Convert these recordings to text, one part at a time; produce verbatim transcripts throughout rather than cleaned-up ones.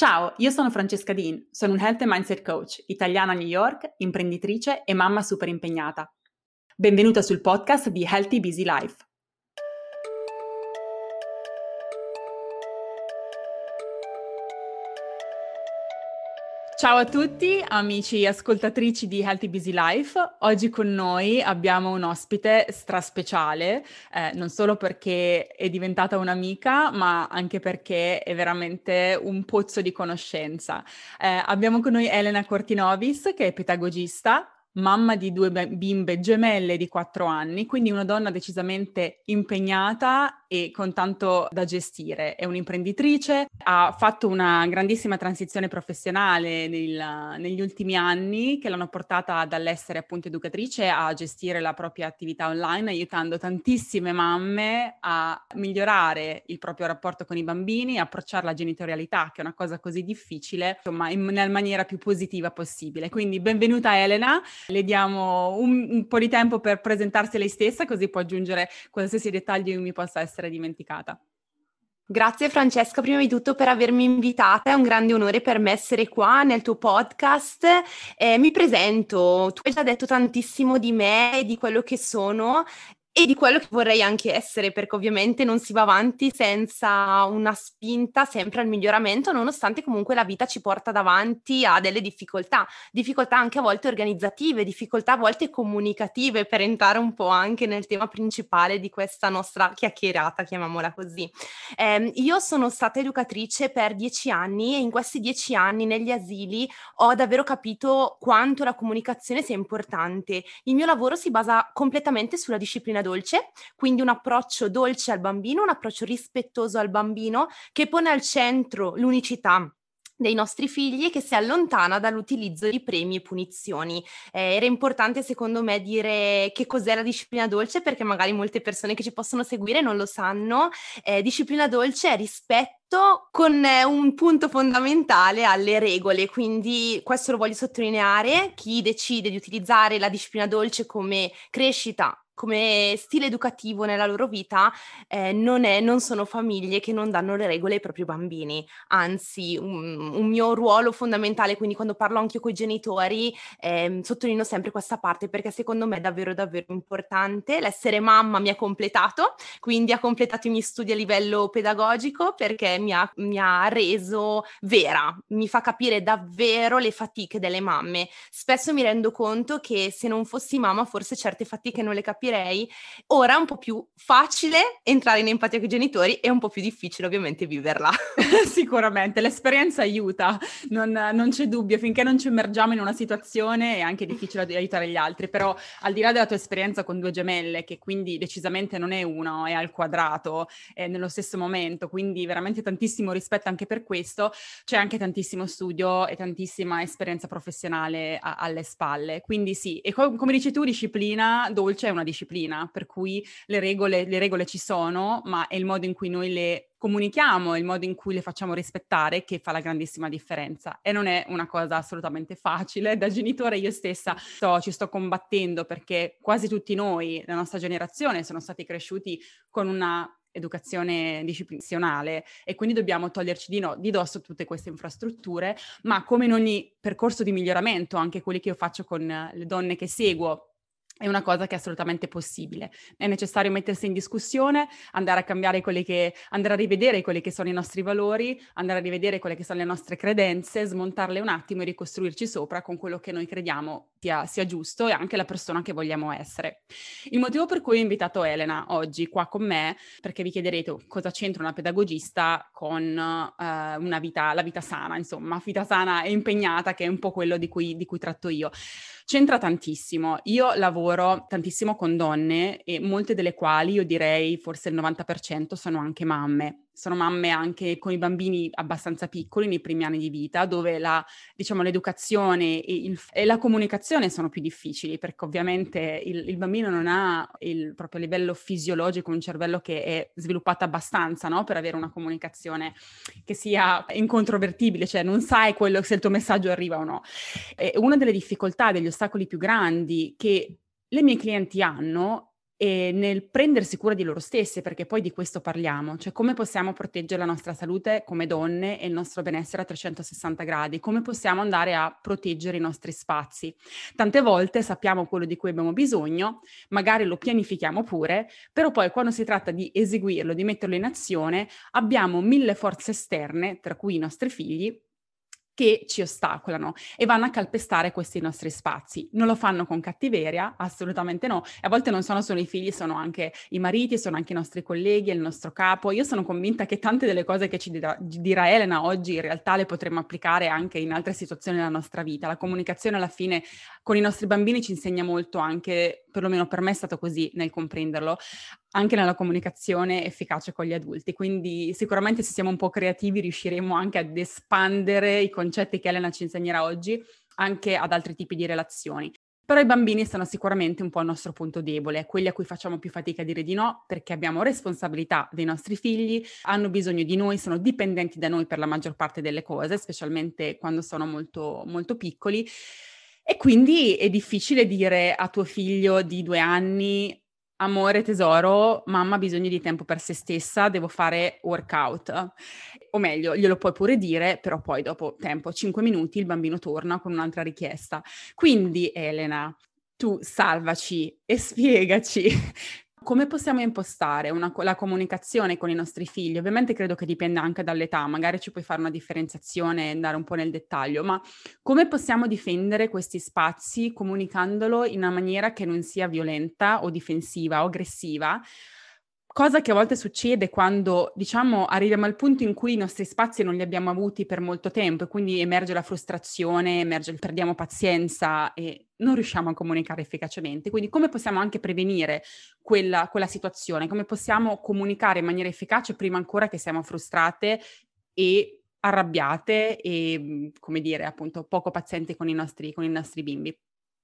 Ciao, io sono Francesca Dean, sono un Health and Mindset Coach, italiana a New York, imprenditrice e mamma super impegnata. Benvenuta sul podcast di Healthy Busy Life. Ciao a tutti, amici e ascoltatrici di Healthy Busy Life. Oggi con noi abbiamo un ospite straspeciale, eh, non solo perché è diventata un'amica, ma anche perché è veramente un pozzo di conoscenza. Eh, abbiamo con noi Elena Cortinovis, che è pedagogista, mamma di due bimbe gemelle di quattro anni, quindi una donna decisamente impegnata e con tanto da gestire. È un'imprenditrice, ha fatto una grandissima transizione professionale nel, negli ultimi anni che l'hanno portata dall'essere appunto educatrice a gestire la propria attività online, aiutando tantissime mamme a migliorare il proprio rapporto con i bambini, approcciare la genitorialità, che è una cosa così difficile, insomma, in, nella maniera più positiva possibile. Quindi benvenuta Elena. Le diamo un, un po' di tempo per presentarsi lei stessa, così può aggiungere qualsiasi dettaglio mi possa essere dimenticata. Grazie Francesca, prima di tutto per avermi invitata, è un grande onore per me essere qua nel tuo podcast. Eh, mi presento, tu hai già detto tantissimo di me e di quello che sono e di quello che vorrei anche essere, perché ovviamente non si va avanti senza una spinta sempre al miglioramento, nonostante comunque la vita ci porta davanti a delle difficoltà, difficoltà anche a volte organizzative, difficoltà a volte comunicative, per entrare un po' anche nel tema principale di questa nostra chiacchierata, chiamiamola così. Eh, io sono stata educatrice per dieci anni e in questi dieci anni negli asili ho davvero capito quanto la comunicazione sia importante. Il mio lavoro si basa completamente sulla disciplina dolce, quindi un approccio dolce al bambino, un approccio rispettoso al bambino che pone al centro l'unicità dei nostri figli e che si allontana dall'utilizzo di premi e punizioni. Eh, era importante secondo me dire che cos'è la disciplina dolce, perché magari molte persone che ci possono seguire non lo sanno. Eh, disciplina dolce è rispetto con eh, un punto fondamentale alle regole, quindi questo lo voglio sottolineare. Chi decide di utilizzare la disciplina dolce come crescita, come stile educativo nella loro vita, eh, non, è, non sono famiglie che non danno le regole ai propri bambini, anzi un, un mio ruolo fondamentale, quindi quando parlo anche con i genitori eh, sottolineo sempre questa parte, perché secondo me è davvero davvero importante. L'essere mamma mi ha completato, quindi ha completato i miei studi a livello pedagogico, perché mi ha, mi ha reso vera, mi fa capire davvero le fatiche delle mamme. Spesso mi rendo conto che se non fossi mamma forse certe fatiche non le capirei. Ora è un po' più facile entrare in empatia con i genitori e un po' più difficile ovviamente viverla. Sicuramente, l'esperienza aiuta, non, non c'è dubbio, finché non ci immergiamo in una situazione è anche difficile aiutare gli altri, però al di là della tua esperienza con due gemelle, che quindi decisamente non è una, è al quadrato, è nello stesso momento, quindi veramente tantissimo rispetto anche per questo, c'è anche tantissimo studio e tantissima esperienza professionale a, alle spalle, quindi sì, e co- come dici tu, disciplina dolce è una disciplina, per cui le regole, le regole ci sono, ma è il modo in cui noi le comunichiamo, il modo in cui le facciamo rispettare che fa la grandissima differenza, e non è una cosa assolutamente facile. Da genitore io stessa sto, ci sto combattendo, perché quasi tutti noi, la nostra generazione, sono stati cresciuti con una educazione disciplinare e quindi dobbiamo toglierci di, no, di dosso tutte queste infrastrutture, ma come in ogni percorso di miglioramento, anche quelli che io faccio con le donne che seguo, è una cosa che è assolutamente possibile. È necessario mettersi in discussione, andare a cambiare quelli che, andare a rivedere quelli che sono i nostri valori, andare a rivedere quelle che sono le nostre credenze, smontarle un attimo e ricostruirci sopra con quello che noi crediamo sia, sia giusto e anche la persona che vogliamo essere. Il motivo per cui ho invitato Elena oggi qua con me, perché vi chiederete cosa c'entra una pedagogista con uh, una vita, la vita sana, insomma, vita sana e impegnata, che è un po' quello di cui, di cui tratto io. C'entra tantissimo. Io lavoro tantissimo con donne e molte delle quali, io direi forse il novanta per cento, sono anche mamme. Sono mamme anche con i bambini abbastanza piccoli nei primi anni di vita, dove la, diciamo, l'educazione e, il, e la comunicazione sono più difficili, perché ovviamente il, il bambino non ha il proprio livello fisiologico, un cervello che è sviluppato abbastanza, no? Per avere una comunicazione che sia incontrovertibile, cioè non sai quello, se il tuo messaggio arriva o no. E una delle difficoltà, degli ostacoli più grandi che le mie clienti hanno e nel prendersi cura di loro stesse, perché poi di questo parliamo, cioè come possiamo proteggere la nostra salute come donne e il nostro benessere a trecentosessanta gradi, come possiamo andare a proteggere i nostri spazi. Tante volte sappiamo quello di cui abbiamo bisogno, magari lo pianifichiamo pure, però poi quando si tratta di eseguirlo, di metterlo in azione, abbiamo mille forze esterne, tra cui i nostri figli, che ci ostacolano e vanno a calpestare questi nostri spazi. Non lo fanno con cattiveria, assolutamente no. E a volte non sono solo i figli, sono anche i mariti, sono anche i nostri colleghi, il nostro capo. Io sono convinta che tante delle cose che ci dirà, dirà Elena oggi in realtà le potremmo applicare anche in altre situazioni della nostra vita. La comunicazione alla fine con i nostri bambini ci insegna molto, anche, perlomeno per me è stato così nel comprenderlo, anche nella comunicazione efficace con gli adulti. Quindi sicuramente se siamo un po' creativi riusciremo anche ad espandere i concetti che Elena ci insegnerà oggi anche ad altri tipi di relazioni. Però i bambini sono sicuramente un po' il nostro punto debole, quelli a cui facciamo più fatica a dire di no, perché abbiamo responsabilità dei nostri figli, hanno bisogno di noi, sono dipendenti da noi per la maggior parte delle cose, specialmente quando sono molto, molto piccoli. E quindi è difficile dire a tuo figlio di due anni: amore tesoro, mamma ha bisogno di tempo per se stessa, devo fare workout. O meglio, glielo puoi pure dire, però poi dopo tempo, cinque minuti, il bambino torna con un'altra richiesta. Quindi, Elena, tu salvaci e spiegaci come possiamo impostare una, la comunicazione con i nostri figli. Ovviamente credo che dipenda anche dall'età, magari ci puoi fare una differenziazione e andare un po' nel dettaglio, ma come possiamo difendere questi spazi comunicandolo in una maniera che non sia violenta o difensiva o aggressiva? Cosa che a volte succede quando, diciamo, arriviamo al punto in cui i nostri spazi non li abbiamo avuti per molto tempo e quindi emerge la frustrazione, emerge, perdiamo pazienza e non riusciamo a comunicare efficacemente. Quindi come possiamo anche prevenire quella, quella situazione? Come possiamo comunicare in maniera efficace prima ancora che siamo frustrate e arrabbiate e, come dire, appunto, poco pazienti con i nostri, con i nostri bimbi?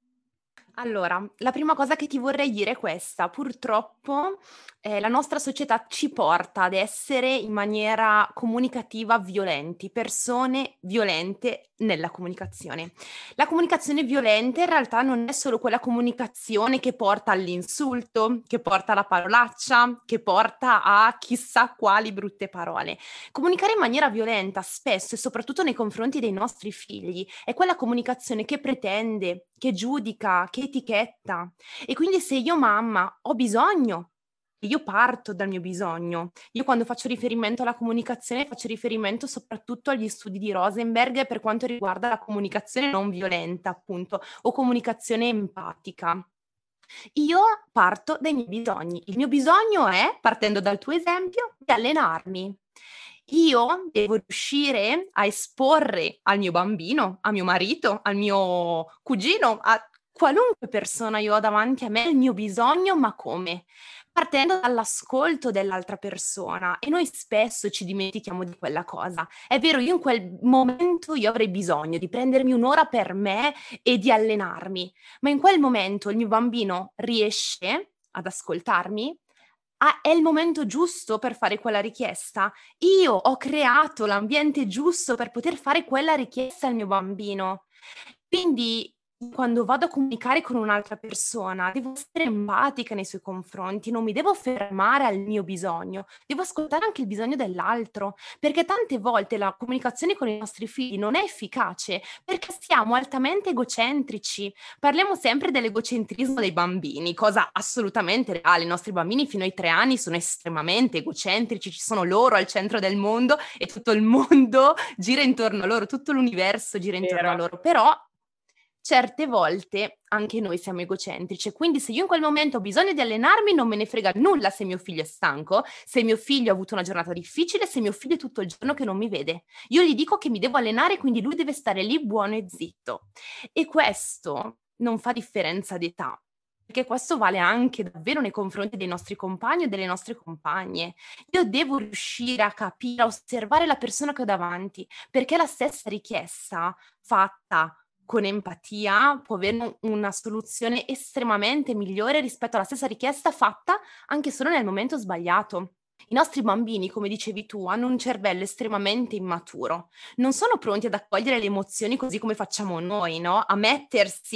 Allora, la prima cosa che ti vorrei dire è questa: purtroppo, ehm, la nostra società ci porta ad essere in maniera comunicativa violenti, persone violente nella comunicazione. La comunicazione violenta in realtà non è solo quella comunicazione che porta all'insulto, che porta alla parolaccia, che porta a chissà quali brutte parole. Comunicare in maniera violenta spesso e soprattutto nei confronti dei nostri figli è quella comunicazione che pretende, che giudica, che etichetta. E quindi se io mamma ho bisogno, io parto dal mio bisogno. Io quando faccio riferimento alla comunicazione faccio riferimento soprattutto agli studi di Rosenberg per quanto riguarda la comunicazione non violenta, appunto, o comunicazione empatica. Io parto dai miei bisogni. Il mio bisogno è, partendo dal tuo esempio, di allenarmi. Io devo riuscire a esporre al mio bambino, a mio marito, al mio cugino, a qualunque persona io ho davanti a me il mio bisogno, ma come? Partendo dall'ascolto dell'altra persona, e noi spesso ci dimentichiamo di quella cosa. È vero, io in quel momento io avrei bisogno di prendermi un'ora per me e di allenarmi, ma in quel momento il mio bambino riesce ad ascoltarmi? Ah, è il momento giusto per fare quella richiesta? Io ho creato l'ambiente giusto per poter fare quella richiesta al mio bambino. Quindi quando vado a comunicare con un'altra persona, devo essere empatica nei suoi confronti, non mi devo fermare al mio bisogno, devo ascoltare anche il bisogno dell'altro, perché tante volte la comunicazione con i nostri figli non è efficace, perché siamo altamente egocentrici. Parliamo sempre dell'egocentrismo dei bambini, cosa assolutamente reale. I nostri bambini fino ai tre anni sono estremamente egocentrici, ci sono loro al centro del mondo e tutto il mondo gira intorno a loro, tutto l'universo gira intorno Vero. a loro, però certe volte anche noi siamo egocentrici, quindi se io in quel momento ho bisogno di allenarmi non me ne frega nulla se mio figlio è stanco, se mio figlio ha avuto una giornata difficile, se mio figlio è tutto il giorno che non mi vede. Io gli dico che mi devo allenare, quindi lui deve stare lì buono e zitto. E questo non fa differenza d'età, perché questo vale anche davvero nei confronti dei nostri compagni o delle nostre compagne. Io devo riuscire a capire, a osservare la persona che ho davanti, perché la stessa richiesta fatta con empatia può avere una soluzione estremamente migliore rispetto alla stessa richiesta fatta anche solo nel momento sbagliato. I nostri bambini, come dicevi tu, hanno un cervello estremamente immaturo. Non sono pronti ad accogliere le emozioni così come facciamo noi, no? A mettersi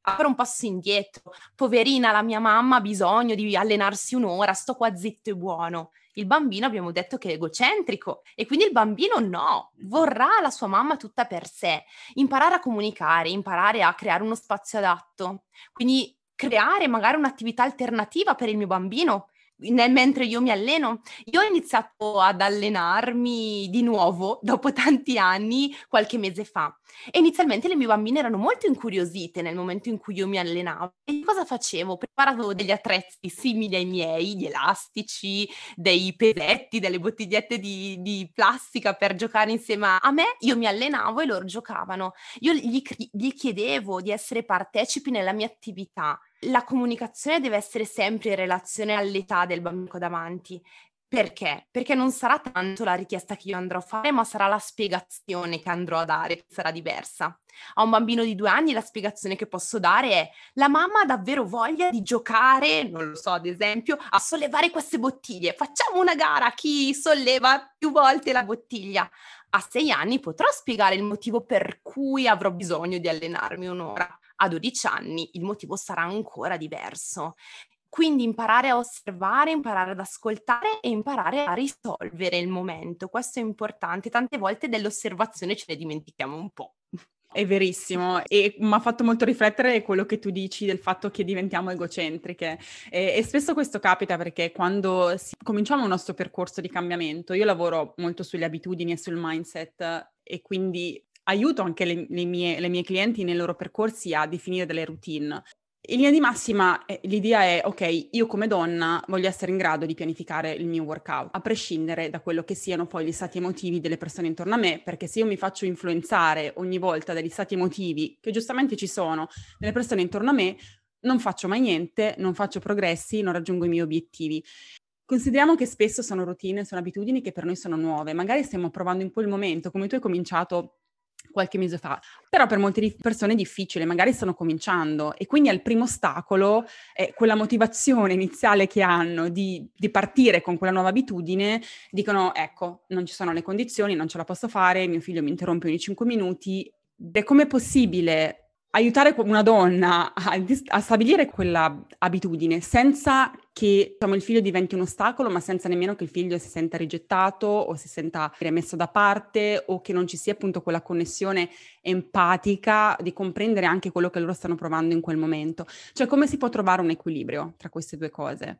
a fare un passo indietro. Poverina, la mia mamma ha bisogno di allenarsi un'ora, sto qua zitto e buono. Il bambino abbiamo detto che è egocentrico e quindi il bambino no, vorrà la sua mamma tutta per sé. Imparare a comunicare, imparare a creare uno spazio adatto. Quindi creare magari un'attività alternativa per il mio bambino nel mentre io mi alleno. Io ho iniziato ad allenarmi di nuovo dopo tanti anni qualche mese fa e inizialmente le mie bambine erano molto incuriosite nel momento in cui io mi allenavo. E cosa facevo? Preparavo degli attrezzi simili ai miei, gli elastici, dei pesetti, delle bottigliette di, di plastica per giocare insieme a me. Io mi allenavo e loro giocavano. Io gli, cri- gli chiedevo di essere partecipi nella mia attività. La comunicazione deve essere sempre in relazione all'età del bambino davanti. Perché? Perché non sarà tanto la richiesta che io andrò a fare, ma sarà la spiegazione che andrò a dare che sarà diversa. A un bambino di due anni la spiegazione che posso dare è: la mamma ha davvero voglia di giocare, non lo so, ad esempio, a sollevare queste bottiglie. Facciamo una gara, chi solleva più volte la bottiglia. A sei anni potrò spiegare il motivo per cui avrò bisogno di allenarmi un'ora. A dodici anni il motivo sarà ancora diverso. Quindi imparare a osservare, imparare ad ascoltare e imparare a risolvere il momento. Questo è importante. Tante volte dell'osservazione ce ne dimentichiamo un po'. È verissimo, e mi ha fatto molto riflettere quello che tu dici del fatto che diventiamo egocentriche e, e spesso questo capita perché quando si, cominciamo il nostro percorso di cambiamento, io lavoro molto sulle abitudini e sul mindset e quindi aiuto anche le, le mie, le mie clienti nei loro percorsi a definire delle routine. In linea di massima, eh, l'idea è, ok, io come donna voglio essere in grado di pianificare il mio workout, a prescindere da quello che siano poi gli stati emotivi delle persone intorno a me, perché se io mi faccio influenzare ogni volta dagli stati emotivi, che giustamente ci sono, delle persone intorno a me, non faccio mai niente, non faccio progressi, non raggiungo i miei obiettivi. Consideriamo che spesso sono routine, sono abitudini che per noi sono nuove, magari stiamo provando in quel momento, come tu hai cominciato qualche mese fa, però per molte di- persone è difficile, magari stanno cominciando e quindi al primo ostacolo, eh, quella motivazione iniziale che hanno di, di partire con quella nuova abitudine, dicono ecco, non ci sono le condizioni, non ce la posso fare, mio figlio mi interrompe ogni cinque minuti. È come possibile aiutare una donna a, a stabilire quella abitudine senza che diciamo, il figlio diventi un ostacolo, ma senza nemmeno che il figlio si senta rigettato o si senta messo da parte o che non ci sia appunto quella connessione empatica di comprendere anche quello che loro stanno provando in quel momento. Cioè, come si può trovare un equilibrio tra queste due cose?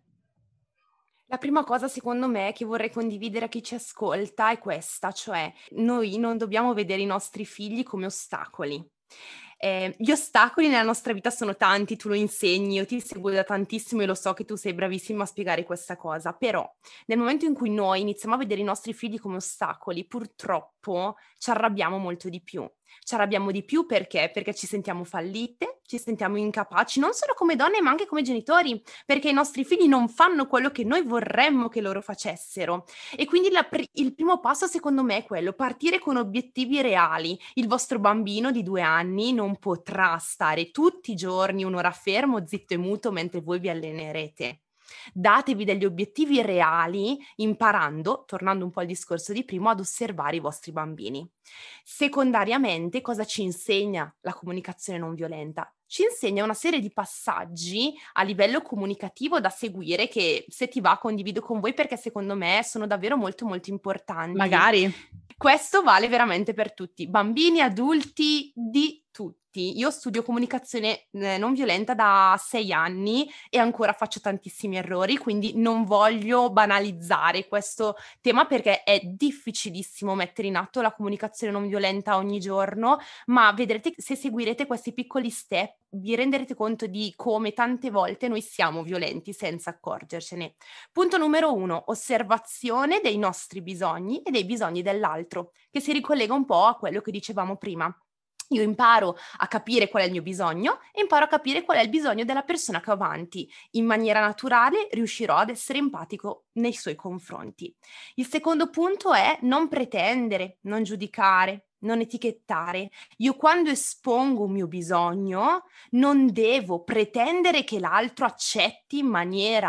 La prima cosa secondo me che vorrei condividere a chi ci ascolta è questa, cioè noi non dobbiamo vedere i nostri figli come ostacoli. Eh, gli ostacoli nella nostra vita sono tanti, tu lo insegni, io ti seguo da tantissimo e lo so che tu sei bravissima a spiegare questa cosa, però nel momento in cui noi iniziamo a vedere i nostri figli come ostacoli, purtroppo ci arrabbiamo molto di più. Ci arrabbiamo di più perché? Perché ci sentiamo fallite, ci sentiamo incapaci, non solo come donne ma anche come genitori, perché i nostri figli non fanno quello che noi vorremmo che loro facessero. E quindi la pr- il primo passo secondo me è quello, partire con obiettivi reali. Il vostro bambino di due anni non potrà stare tutti i giorni un'ora fermo, zitto e muto mentre voi vi allenerete. Datevi degli obiettivi reali, imparando, tornando un po' al discorso di prima, ad osservare i vostri bambini. Secondariamente, cosa ci insegna la comunicazione non violenta? Ci insegna una serie di passaggi a livello comunicativo da seguire che, se ti va, condivido con voi perché secondo me sono davvero molto molto importanti. Magari. Questo vale veramente per tutti, bambini, adulti, di tutti. Io studio comunicazione eh, non violenta da sei anni e ancora faccio tantissimi errori, quindi non voglio banalizzare questo tema perché è difficilissimo mettere in atto la comunicazione non violenta ogni giorno, ma vedrete che se seguirete questi piccoli step vi renderete conto di come tante volte noi siamo violenti senza accorgercene. Punto numero uno, osservazione dei nostri bisogni e dei bisogni dell'altro, che si ricollega un po' a quello che dicevamo prima. Io imparo a capire qual è il mio bisogno e imparo a capire qual è il bisogno della persona che ho avanti. In maniera naturale riuscirò ad essere empatico nei suoi confronti. Il secondo punto è non pretendere, non giudicare, non etichettare. Io quando espongo un mio bisogno non devo pretendere che l'altro accetti in maniera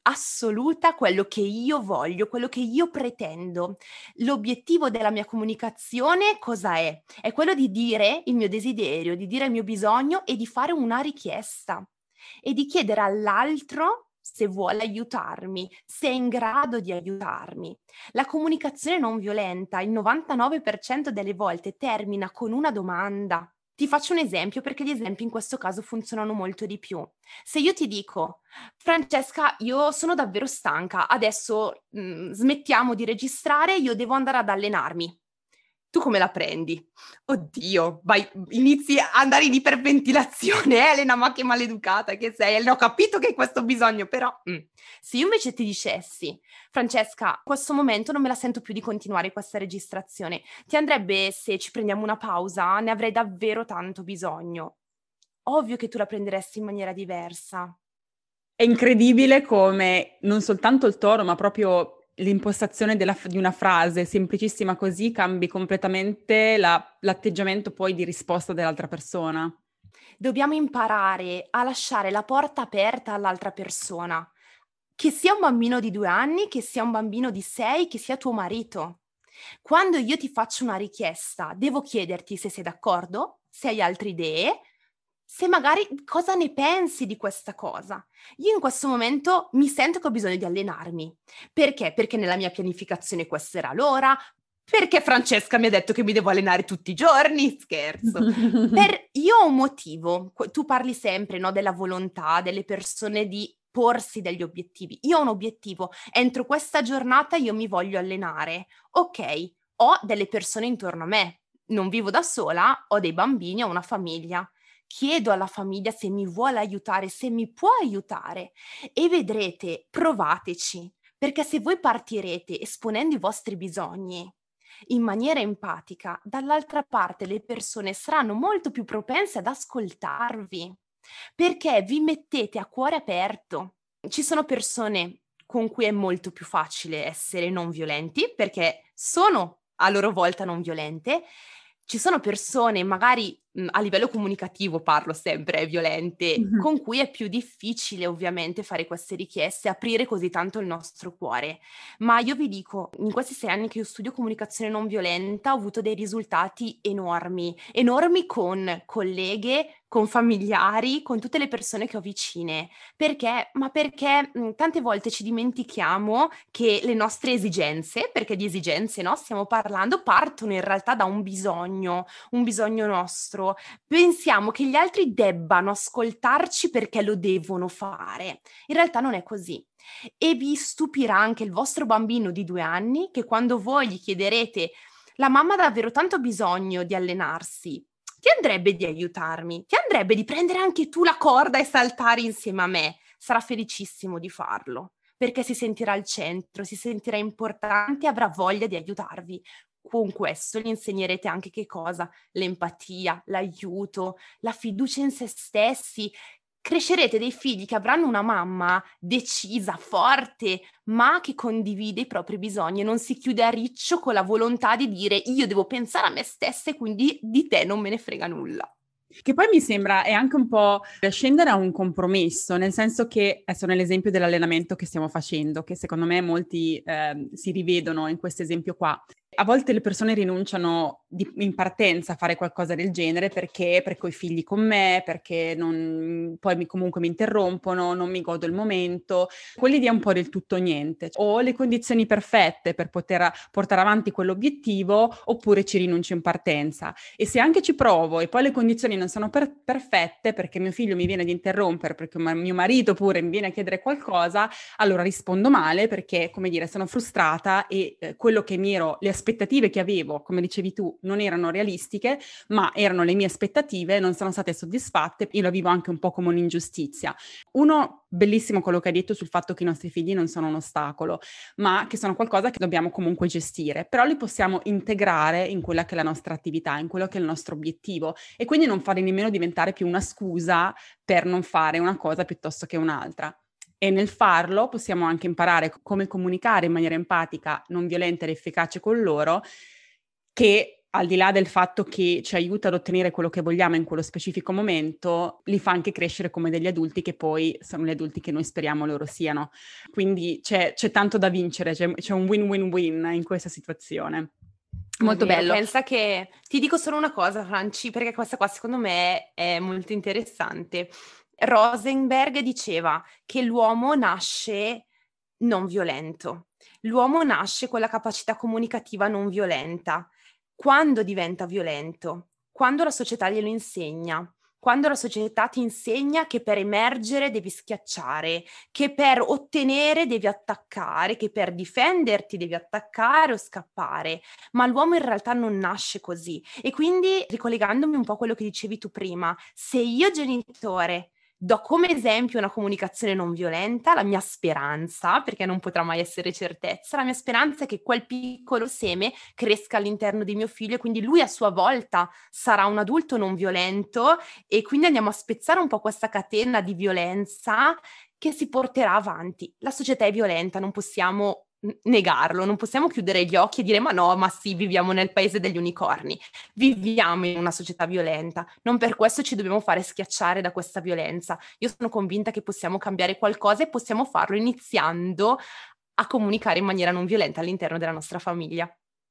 assoluta quello che io voglio, quello che io pretendo. L'obiettivo della mia comunicazione cosa è? È quello di dire il mio desiderio, di dire il mio bisogno e di fare una richiesta e di chiedere all'altro se vuole aiutarmi, se è in grado di aiutarmi. La comunicazione non violenta il novantanove per cento delle volte termina con una domanda. Ti faccio un esempio perché gli esempi in questo caso funzionano molto di più. Se io ti dico: Francesca, io sono davvero stanca, adesso mm, smettiamo di registrare, io devo andare ad allenarmi. Tu come la prendi? Oddio, vai, inizi a andare in iperventilazione, Elena, ma che maleducata che sei, Elena, ho capito che hai questo bisogno, però... Mm. Se io invece ti dicessi, Francesca, in questo momento non me la sento più di continuare questa registrazione, ti andrebbe se ci prendiamo una pausa? Ne avrei davvero tanto bisogno. Ovvio che tu la prenderesti in maniera diversa. È incredibile come non soltanto il tono, ma proprio l'impostazione della, di una frase semplicissima così cambi completamente la, l'atteggiamento poi di risposta dell'altra persona. Dobbiamo imparare a lasciare la porta aperta all'altra persona, che sia un bambino di due anni, che sia un bambino di sei, che sia tuo marito. Quando io ti faccio una richiesta, devo chiederti se sei d'accordo, se hai altre idee, se magari cosa ne pensi di questa cosa. Io in questo momento mi sento che ho bisogno di allenarmi. Perché? Perché nella mia pianificazione questa era l'ora, perché Francesca mi ha detto che mi devo allenare tutti i giorni, scherzo. Per, io ho un motivo, tu parli sempre, no, della volontà delle persone di porsi degli obiettivi. Io ho un obiettivo, entro questa giornata io mi voglio allenare. Ok, ho delle persone intorno a me, non vivo da sola, ho dei bambini, ho una famiglia. Chiedo alla famiglia se mi vuole aiutare, se mi può aiutare e vedrete, provateci, perché se voi partirete esponendo i vostri bisogni in maniera empatica, dall'altra parte le persone saranno molto più propense ad ascoltarvi, perché vi mettete a cuore aperto. Ci sono persone con cui è molto più facile essere non violenti, perché sono a loro volta non violente. Ci sono persone, magari mh, a livello comunicativo parlo sempre, eh, violente, Mhm. con cui è più difficile ovviamente fare queste richieste, aprire così tanto il nostro cuore. Ma io vi dico, in questi sei anni che io studio comunicazione non violenta ho avuto dei risultati enormi, enormi con colleghe, con familiari, con tutte le persone che ho vicine. Perché? Ma perché mh, tante volte ci dimentichiamo che le nostre esigenze, perché di esigenze, no, stiamo parlando, partono in realtà da un bisogno, un bisogno nostro. Pensiamo che gli altri debbano ascoltarci perché lo devono fare. In realtà non è così. E vi stupirà anche il vostro bambino di due anni che quando voi gli chiederete la mamma ha davvero tanto bisogno di allenarsi, ti andrebbe di aiutarmi? Ti andrebbe di prendere anche tu la corda e saltare insieme a me? Sarà felicissimo di farlo, perché si sentirà al centro, si sentirà importante e avrà voglia di aiutarvi. Con questo gli insegnerete anche che cosa? L'empatia, l'aiuto, la fiducia in se stessi. Crescerete dei figli che avranno una mamma decisa, forte, ma che condivide i propri bisogni e non si chiude a riccio con la volontà di dire io devo pensare a me stessa e quindi di te non me ne frega nulla. Che poi mi sembra è anche un po' scendere a un compromesso, nel senso che, adesso nell'esempio dell'allenamento che stiamo facendo, che secondo me molti eh, si rivedono in questo esempio qua, a volte le persone rinunciano di, in partenza a fare qualcosa del genere perché, perché ho i figli con me, perché non, poi mi, comunque mi interrompono, non mi godo il momento, quell'idea un po' del tutto o niente, o le condizioni perfette per poter portare avanti quell'obiettivo, oppure ci rinuncio in partenza. E se anche ci provo e poi le condizioni non sono per- perfette perché mio figlio mi viene ad interrompere, perché ma- mio marito pure mi viene a chiedere qualcosa, allora rispondo male perché, come dire, sono frustrata e eh, quello che mi ero, le aspettative che avevo, come dicevi tu, non erano realistiche, ma erano le mie aspettative, non sono state soddisfatte, io la vivo anche un po' come un'ingiustizia. Uno, bellissimo quello che hai detto sul fatto che i nostri figli non sono un ostacolo, ma che sono qualcosa che dobbiamo comunque gestire, però li possiamo integrare in quella che è la nostra attività, in quello che è il nostro obiettivo e quindi non farli nemmeno diventare più una scusa per non fare una cosa piuttosto che un'altra. E nel farlo possiamo anche imparare come comunicare in maniera empatica, non violenta ed efficace con loro, che al di là del fatto che ci aiuta ad ottenere quello che vogliamo in quello specifico momento, li fa anche crescere come degli adulti che poi sono gli adulti che noi speriamo loro siano. Quindi c'è, c'è tanto da vincere, c'è, c'è un win-win-win in questa situazione. Molto vero, bello. Pensa che ti dico solo una cosa, Franci, perché questa qua secondo me è molto interessante. Rosenberg diceva che l'uomo nasce non violento, l'uomo nasce con la capacità comunicativa non violenta. Quando diventa violento? Quando la società glielo insegna. Quando la società ti insegna che per emergere devi schiacciare, che per ottenere devi attaccare, che per difenderti devi attaccare o scappare, ma l'uomo in realtà non nasce così. E quindi, ricollegandomi un po' a quello che dicevi tu prima, se io genitore do come esempio una comunicazione non violenta, la mia speranza, perché non potrà mai essere certezza, la mia speranza è che quel piccolo seme cresca all'interno di mio figlio e quindi lui a sua volta sarà un adulto non violento e quindi andiamo a spezzare un po' questa catena di violenza che si porterà avanti. La società è violenta, non possiamo negarlo, non possiamo chiudere gli occhi e dire ma no, ma sì, viviamo nel paese degli unicorni, viviamo in una società violenta, non per questo ci dobbiamo fare schiacciare da questa violenza. Io sono convinta che possiamo cambiare qualcosa e possiamo farlo iniziando a comunicare in maniera non violenta all'interno della nostra famiglia.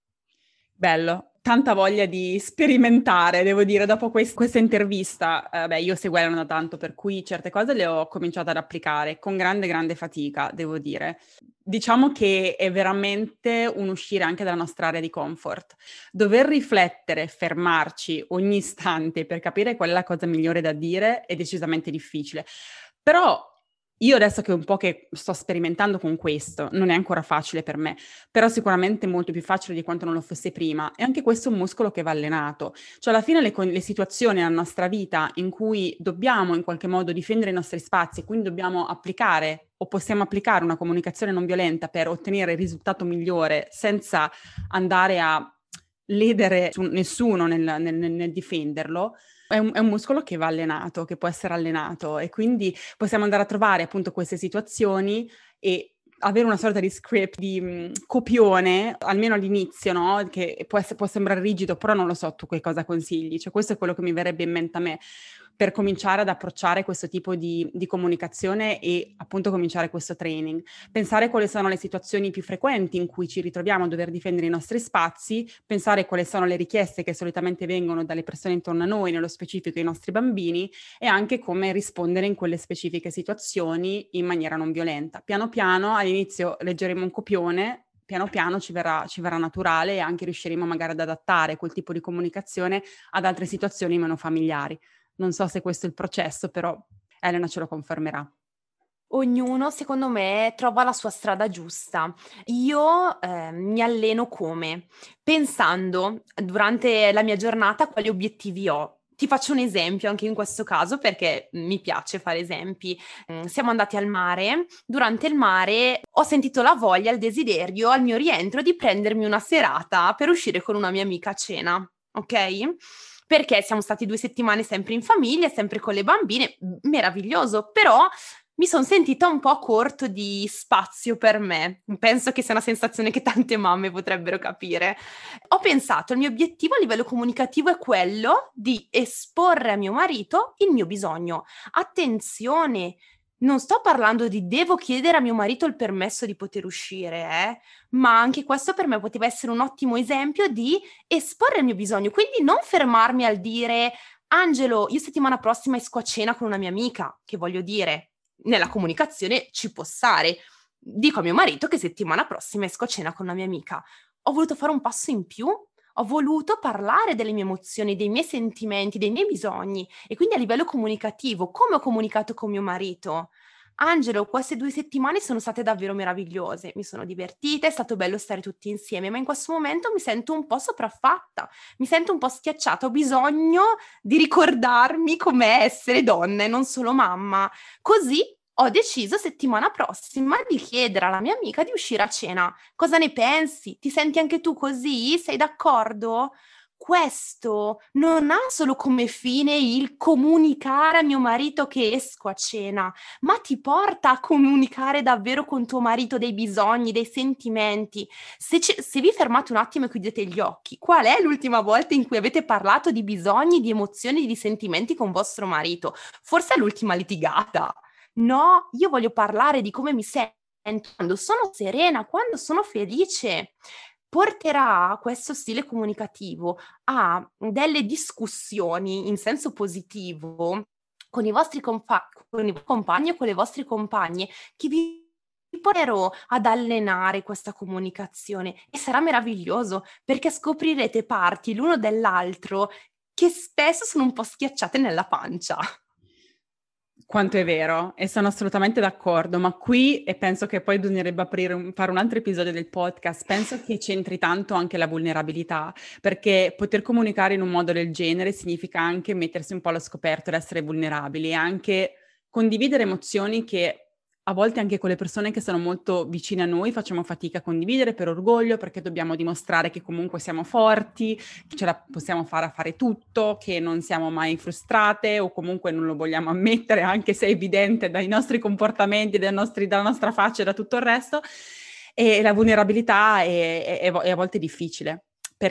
Bello, tanta voglia di sperimentare, devo dire, dopo quest- questa intervista, eh, beh, io seguo Elena da tanto, per cui certe cose le ho cominciato ad applicare con grande, grande fatica, devo dire. Diciamo che è veramente un uscire anche dalla nostra area di comfort. Dover riflettere, fermarci ogni istante per capire qual è la cosa migliore da dire è decisamente difficile. Però io adesso che un po' che sto sperimentando con questo, non è ancora facile per me, però sicuramente molto più facile di quanto non lo fosse prima. E anche questo è un muscolo che va allenato. Cioè alla fine le, le situazioni nella nostra vita in cui dobbiamo in qualche modo difendere i nostri spazi e quindi dobbiamo applicare o possiamo applicare una comunicazione non violenta per ottenere il risultato migliore senza andare a ledere su nessuno nel, nel, nel difenderlo, è un, è un muscolo che va allenato, che può essere allenato e quindi possiamo andare a trovare appunto queste situazioni e avere una sorta di script, di mh, copione, almeno all'inizio, no? Che può, essere, può sembrare rigido, però non lo so tu che cosa consigli. Cioè questo è quello che mi verrebbe in mente a me per cominciare ad approcciare questo tipo di, di comunicazione e appunto cominciare questo training. Pensare quali sono le situazioni più frequenti in cui ci ritroviamo a dover difendere i nostri spazi, pensare quali sono le richieste che solitamente vengono dalle persone intorno a noi, nello specifico i nostri bambini, e anche come rispondere in quelle specifiche situazioni in maniera non violenta. Piano piano, all'inizio leggeremo un copione, piano piano ci verrà, ci verrà naturale e anche riusciremo magari ad adattare quel tipo di comunicazione ad altre situazioni meno familiari. Non so se questo è il processo, però Elena ce lo confermerà. Ognuno, secondo me, trova la sua strada giusta. Io eh, mi alleno come? Pensando durante la mia giornata quali obiettivi ho. Ti faccio un esempio anche in questo caso perché mi piace fare esempi. Mm, siamo andati al mare, durante il mare ho sentito la voglia, il desiderio al mio rientro di prendermi una serata per uscire con una mia amica a cena, ok? Perché siamo stati due settimane sempre in famiglia, sempre con le bambine, meraviglioso, però mi sono sentita un po' a corto di spazio per me. Penso che sia una sensazione che tante mamme potrebbero capire. Ho pensato, il mio obiettivo a livello comunicativo è quello di esporre a mio marito il mio bisogno. Attenzione, non sto parlando di devo chiedere a mio marito il permesso di poter uscire, eh? Ma anche questo per me poteva essere un ottimo esempio di esporre il mio bisogno. Quindi non fermarmi al dire Angelo, io settimana prossima esco a cena con una mia amica, che voglio dire, nella comunicazione ci può stare. Dico a mio marito che settimana prossima esco a cena con una mia amica. Ho voluto fare un passo in più, ho voluto parlare delle mie emozioni, dei miei sentimenti, dei miei bisogni e quindi a livello comunicativo, come ho comunicato con mio marito? Angelo, queste due settimane sono state davvero meravigliose, mi sono divertita, è stato bello stare tutti insieme, ma in questo momento mi sento un po' sopraffatta, mi sento un po' schiacciata, ho bisogno di ricordarmi com'è essere donna e non solo mamma. Così ho deciso settimana prossima di chiedere alla mia amica di uscire a cena. Cosa ne pensi? Ti senti anche tu così? Sei d'accordo? questo non ha solo come fine il comunicare a mio marito che esco a cena, ma ti porta a comunicare davvero con tuo marito dei bisogni, dei sentimenti. Se, ci- se vi fermate un attimo e chiudete gli occhi, qual è l'ultima volta in cui avete parlato di bisogni, di emozioni, di sentimenti con vostro marito? Forse è l'ultima litigata. No, io voglio parlare di come mi sento quando sono serena, quando sono felice. Porterà questo stile comunicativo a delle discussioni in senso positivo con i vostri compa- con i compagni o con le vostre compagne che vi porterò ad allenare questa comunicazione e sarà meraviglioso perché scoprirete parti l'uno dell'altro che spesso sono un po' schiacciate nella pancia. Quanto è vero, e sono assolutamente d'accordo, ma qui, e penso che poi bisognerebbe aprire un- fare un altro episodio del podcast, penso che c'entri tanto anche la vulnerabilità, perché poter comunicare in un modo del genere significa anche mettersi un po' allo scoperto ed essere vulnerabili e anche condividere emozioni che a volte anche con le persone che sono molto vicine a noi facciamo fatica a condividere per orgoglio, perché dobbiamo dimostrare che comunque siamo forti, che ce la possiamo fare a fare tutto, che non siamo mai frustrate o comunque non lo vogliamo ammettere, anche se è evidente dai nostri comportamenti, dai nostri, dalla nostra faccia e da tutto il resto. E la vulnerabilità è, è, è a volte difficile,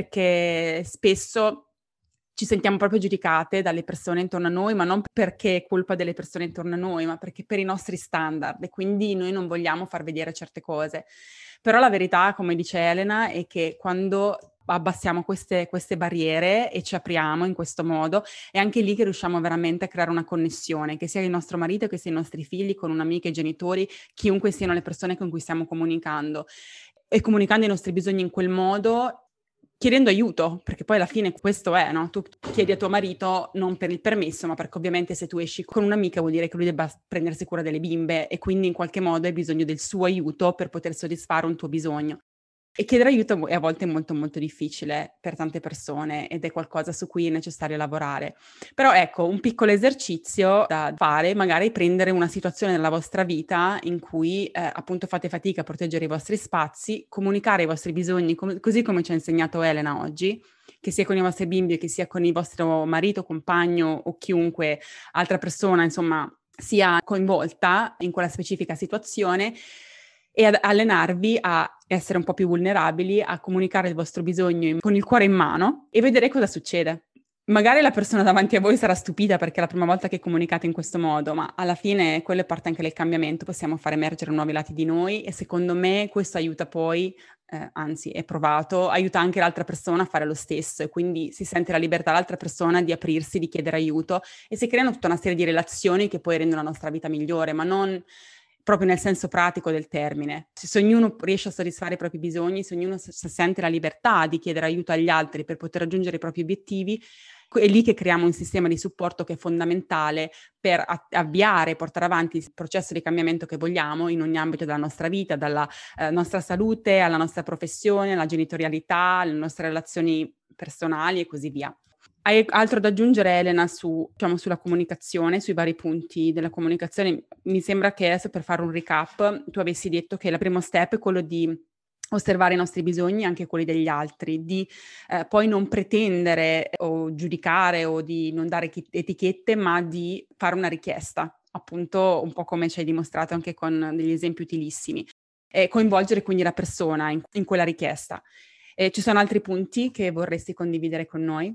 perché spesso ci sentiamo proprio giudicate dalle persone intorno a noi, ma non perché è colpa delle persone intorno a noi, ma perché per i nostri standard e quindi noi non vogliamo far vedere certe cose. Però la verità, come dice Elena, è che quando abbassiamo queste, queste barriere e ci apriamo in questo modo, è anche lì che riusciamo veramente a creare una connessione, che sia il nostro marito, che sia i nostri figli, con un'amica, i genitori, chiunque siano le persone con cui stiamo comunicando. E comunicando i nostri bisogni in quel modo, chiedendo aiuto, perché poi alla fine questo è, no? Tu chiedi a tuo marito non per il permesso, ma perché ovviamente se tu esci con un'amica vuol dire che lui debba prendersi cura delle bimbe e quindi in qualche modo hai bisogno del suo aiuto per poter soddisfare un tuo bisogno. E chiedere aiuto è a volte molto molto difficile per tante persone ed è qualcosa su cui è necessario lavorare. Però ecco, un piccolo esercizio da fare, magari prendere una situazione nella vostra vita in cui eh, appunto fate fatica a proteggere i vostri spazi, comunicare i vostri bisogni, com- così come ci ha insegnato Elena oggi, che sia con i vostri bimbi, che sia con il vostro marito, compagno o chiunque altra persona, insomma, sia coinvolta in quella specifica situazione e ad allenarvi a essere un po' più vulnerabili, a comunicare il vostro bisogno in- con il cuore in mano e vedere cosa succede. Magari la persona davanti a voi sarà stupita perché è la prima volta che comunicate in questo modo, ma alla fine quello è parte anche del cambiamento, possiamo far emergere nuovi lati di noi e secondo me questo aiuta poi, eh, anzi è provato, aiuta anche l'altra persona a fare lo stesso e quindi si sente la libertà dell'altra persona di aprirsi, di chiedere aiuto e si creano tutta una serie di relazioni che poi rendono la nostra vita migliore, ma non proprio nel senso pratico del termine. Se ognuno riesce a soddisfare i propri bisogni, se ognuno s- sente la libertà di chiedere aiuto agli altri per poter raggiungere i propri obiettivi, è lì che creiamo un sistema di supporto che è fondamentale per a- avviare e portare avanti il processo di cambiamento che vogliamo in ogni ambito della nostra vita, dalla eh, nostra salute alla nostra professione, alla genitorialità, alle nostre relazioni personali e così via. Hai altro da aggiungere, Elena, su, diciamo, sulla comunicazione, sui vari punti della comunicazione? Mi sembra che adesso, per fare un recap, tu avessi detto che il primo step è quello di osservare i nostri bisogni, anche quelli degli altri, di eh, poi non pretendere o giudicare o di non dare chi- etichette, ma di fare una richiesta, appunto un po' come ci hai dimostrato anche con degli esempi utilissimi, e coinvolgere quindi la persona in, in quella richiesta. E ci sono altri punti che vorresti condividere con noi?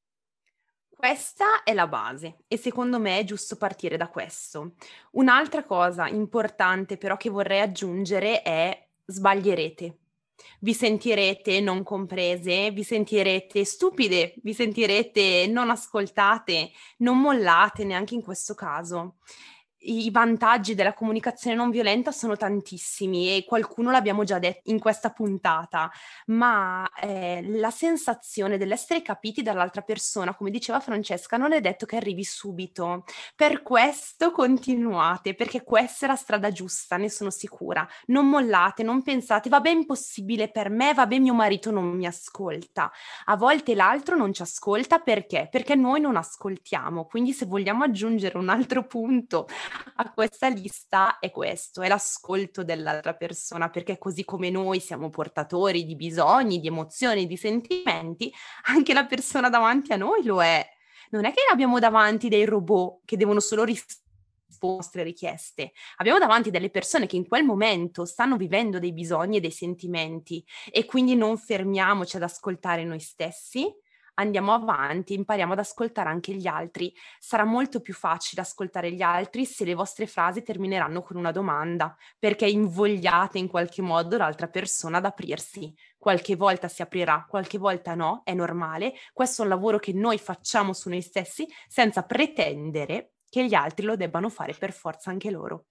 Questa è la base e secondo me è giusto partire da questo. Un'altra cosa importante però che vorrei aggiungere è sbaglierete. Vi sentirete non comprese, vi sentirete stupide, vi sentirete non ascoltate, non mollate neanche in questo caso. I vantaggi della comunicazione non violenta sono tantissimi e qualcuno l'abbiamo già detto in questa puntata, ma eh, la sensazione dell'essere capiti dall'altra persona, come diceva Francesca, non è detto che arrivi subito. Per questo continuate, perché questa è la strada giusta, ne sono sicura. Non mollate, non pensate, va ben possibile per me, va ben mio marito non mi ascolta. A volte l'altro non ci ascolta perché? Perché noi non ascoltiamo. Quindi se vogliamo aggiungere un altro punto a questa lista è questo, è l'ascolto dell'altra persona, perché così come noi siamo portatori di bisogni, di emozioni, di sentimenti, anche la persona davanti a noi lo è. Non è che abbiamo davanti dei robot che devono solo rispondere alle nostre richieste, abbiamo davanti delle persone che in quel momento stanno vivendo dei bisogni e dei sentimenti, e quindi non fermiamoci ad ascoltare noi stessi, andiamo avanti, impariamo ad ascoltare anche gli altri. Sarà molto più facile ascoltare gli altri se le vostre frasi termineranno con una domanda, perché invogliate in qualche modo l'altra persona ad aprirsi. Qualche volta si aprirà, qualche volta no, è normale. Questo è un lavoro che noi facciamo su noi stessi senza pretendere che gli altri lo debbano fare per forza anche loro.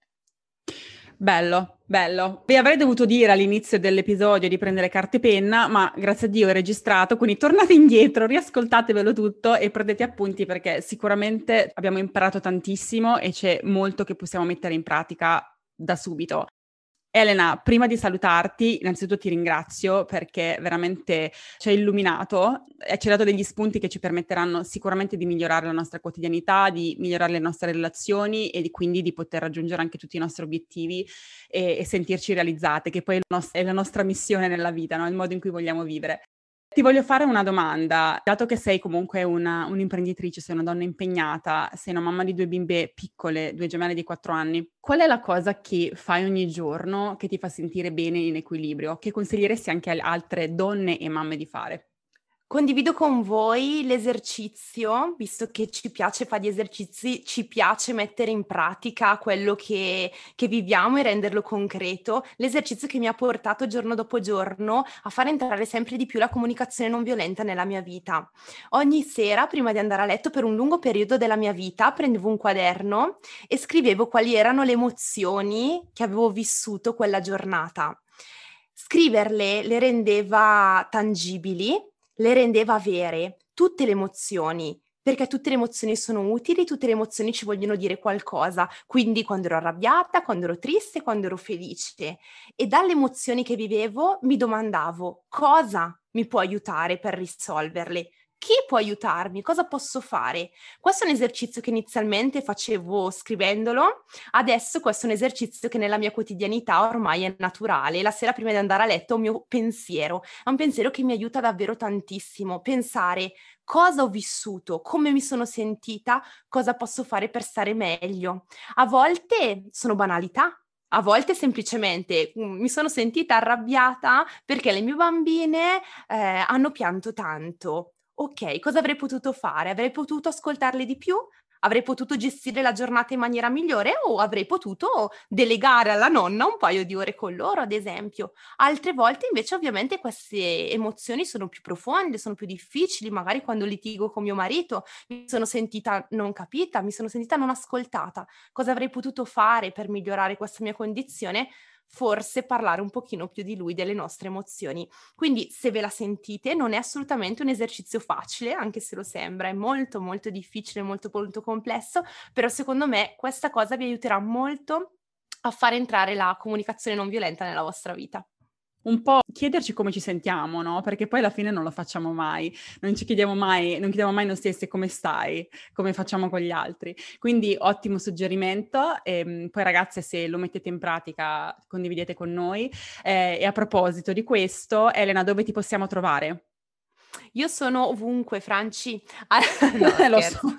Bello, bello. Vi avrei dovuto dire all'inizio dell'episodio di prendere carta e penna, ma grazie a Dio è registrato, quindi tornate indietro, riascoltatevelo tutto e prendete appunti, perché sicuramente abbiamo imparato tantissimo e c'è molto che possiamo mettere in pratica da subito. Elena, prima di salutarti, innanzitutto ti ringrazio perché veramente ci hai illuminato e ci hai dato degli spunti che ci permetteranno sicuramente di migliorare la nostra quotidianità, di migliorare le nostre relazioni e di, quindi di poter raggiungere anche tutti i nostri obiettivi e, e sentirci realizzate, che poi è, il nost- è la nostra missione nella vita, no? Il modo in cui vogliamo vivere. Ti voglio fare una domanda, dato che sei comunque una, un'imprenditrice, sei una donna impegnata, sei una mamma di due bimbe piccole, due gemelle di quattro anni, qual è la cosa che fai ogni giorno che ti fa sentire bene in equilibrio, che consiglieresti anche a altre donne e mamme di fare? Condivido con voi l'esercizio, visto che ci piace fare gli esercizi, ci piace mettere in pratica quello che, che viviamo e renderlo concreto. L'esercizio che mi ha portato giorno dopo giorno a far entrare sempre di più la comunicazione non violenta nella mia vita. Ogni sera, prima di andare a letto, per un lungo periodo della mia vita, prendevo un quaderno e scrivevo quali erano le emozioni che avevo vissuto quella giornata. Scriverle le rendeva tangibili, le rendeva vere, tutte le emozioni, perché tutte le emozioni sono utili, tutte le emozioni ci vogliono dire qualcosa, quindi quando ero arrabbiata, quando ero triste, quando ero felice, e dalle emozioni che vivevo mi domandavo cosa mi può aiutare per risolverle. Chi può aiutarmi? Cosa posso fare? Questo è un esercizio che inizialmente facevo scrivendolo, adesso questo è un esercizio che nella mia quotidianità ormai è naturale. La sera prima di andare a letto ho un mio pensiero, è un pensiero che mi aiuta davvero tantissimo. Pensare cosa ho vissuto, come mi sono sentita, cosa posso fare per stare meglio. A volte sono banalità. A volte semplicemente mm, mi sono sentita arrabbiata perché le mie bambine eh, hanno pianto tanto. Ok, cosa avrei potuto fare? Avrei potuto ascoltarle di più? Avrei potuto gestire la giornata in maniera migliore o avrei potuto delegare alla nonna un paio di ore con loro, ad esempio. Altre volte invece ovviamente queste emozioni sono più profonde, sono più difficili, magari quando litigo con mio marito mi sono sentita non capita, mi sono sentita non ascoltata. Cosa avrei potuto fare per migliorare questa mia condizione? Forse parlare un pochino più di lui, delle nostre emozioni. Quindi se ve la sentite non è assolutamente un esercizio facile, anche se lo sembra, è molto molto difficile, molto molto complesso, però secondo me questa cosa vi aiuterà molto a far entrare la comunicazione non violenta nella vostra vita. Un po' chiederci come ci sentiamo, no? Perché poi alla fine non lo facciamo mai, non ci chiediamo mai, non chiediamo mai noi stessi come stai, come facciamo con gli altri. Quindi ottimo suggerimento, e, poi ragazze se lo mettete in pratica condividete con noi. Eh, e a proposito di questo, Elena, dove ti possiamo trovare? Io sono ovunque, Franci. Ah, no, Lo so. scherzo.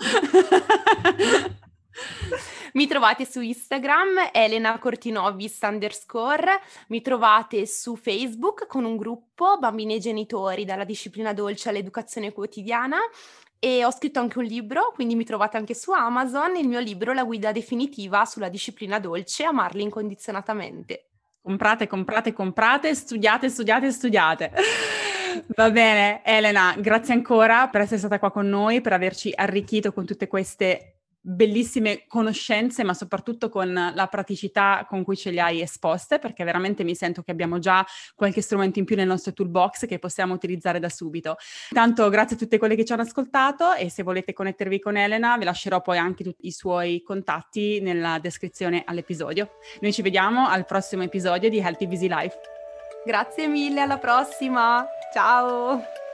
Mi trovate su Instagram, Elena Cortinovis underscore, mi trovate su Facebook con un gruppo Bambini e Genitori dalla disciplina dolce all'educazione quotidiana e ho scritto anche un libro, quindi mi trovate anche su Amazon, il mio libro La guida definitiva sulla disciplina dolce, amarli incondizionatamente. Comprate, comprate, comprate, studiate, studiate, studiate. Va bene, Elena, grazie ancora per essere stata qua con noi, per averci arricchito con tutte queste bellissime conoscenze, ma soprattutto con la praticità con cui ce le hai esposte, perché veramente mi sento che abbiamo già qualche strumento in più nel nostro toolbox che possiamo utilizzare da subito. Intanto grazie a tutte quelle che ci hanno ascoltato e se volete connettervi con Elena vi lascerò poi anche tutti i suoi contatti nella descrizione all'episodio. Noi ci vediamo al prossimo episodio di Healthy Busy Life. Grazie mille, alla prossima! Ciao!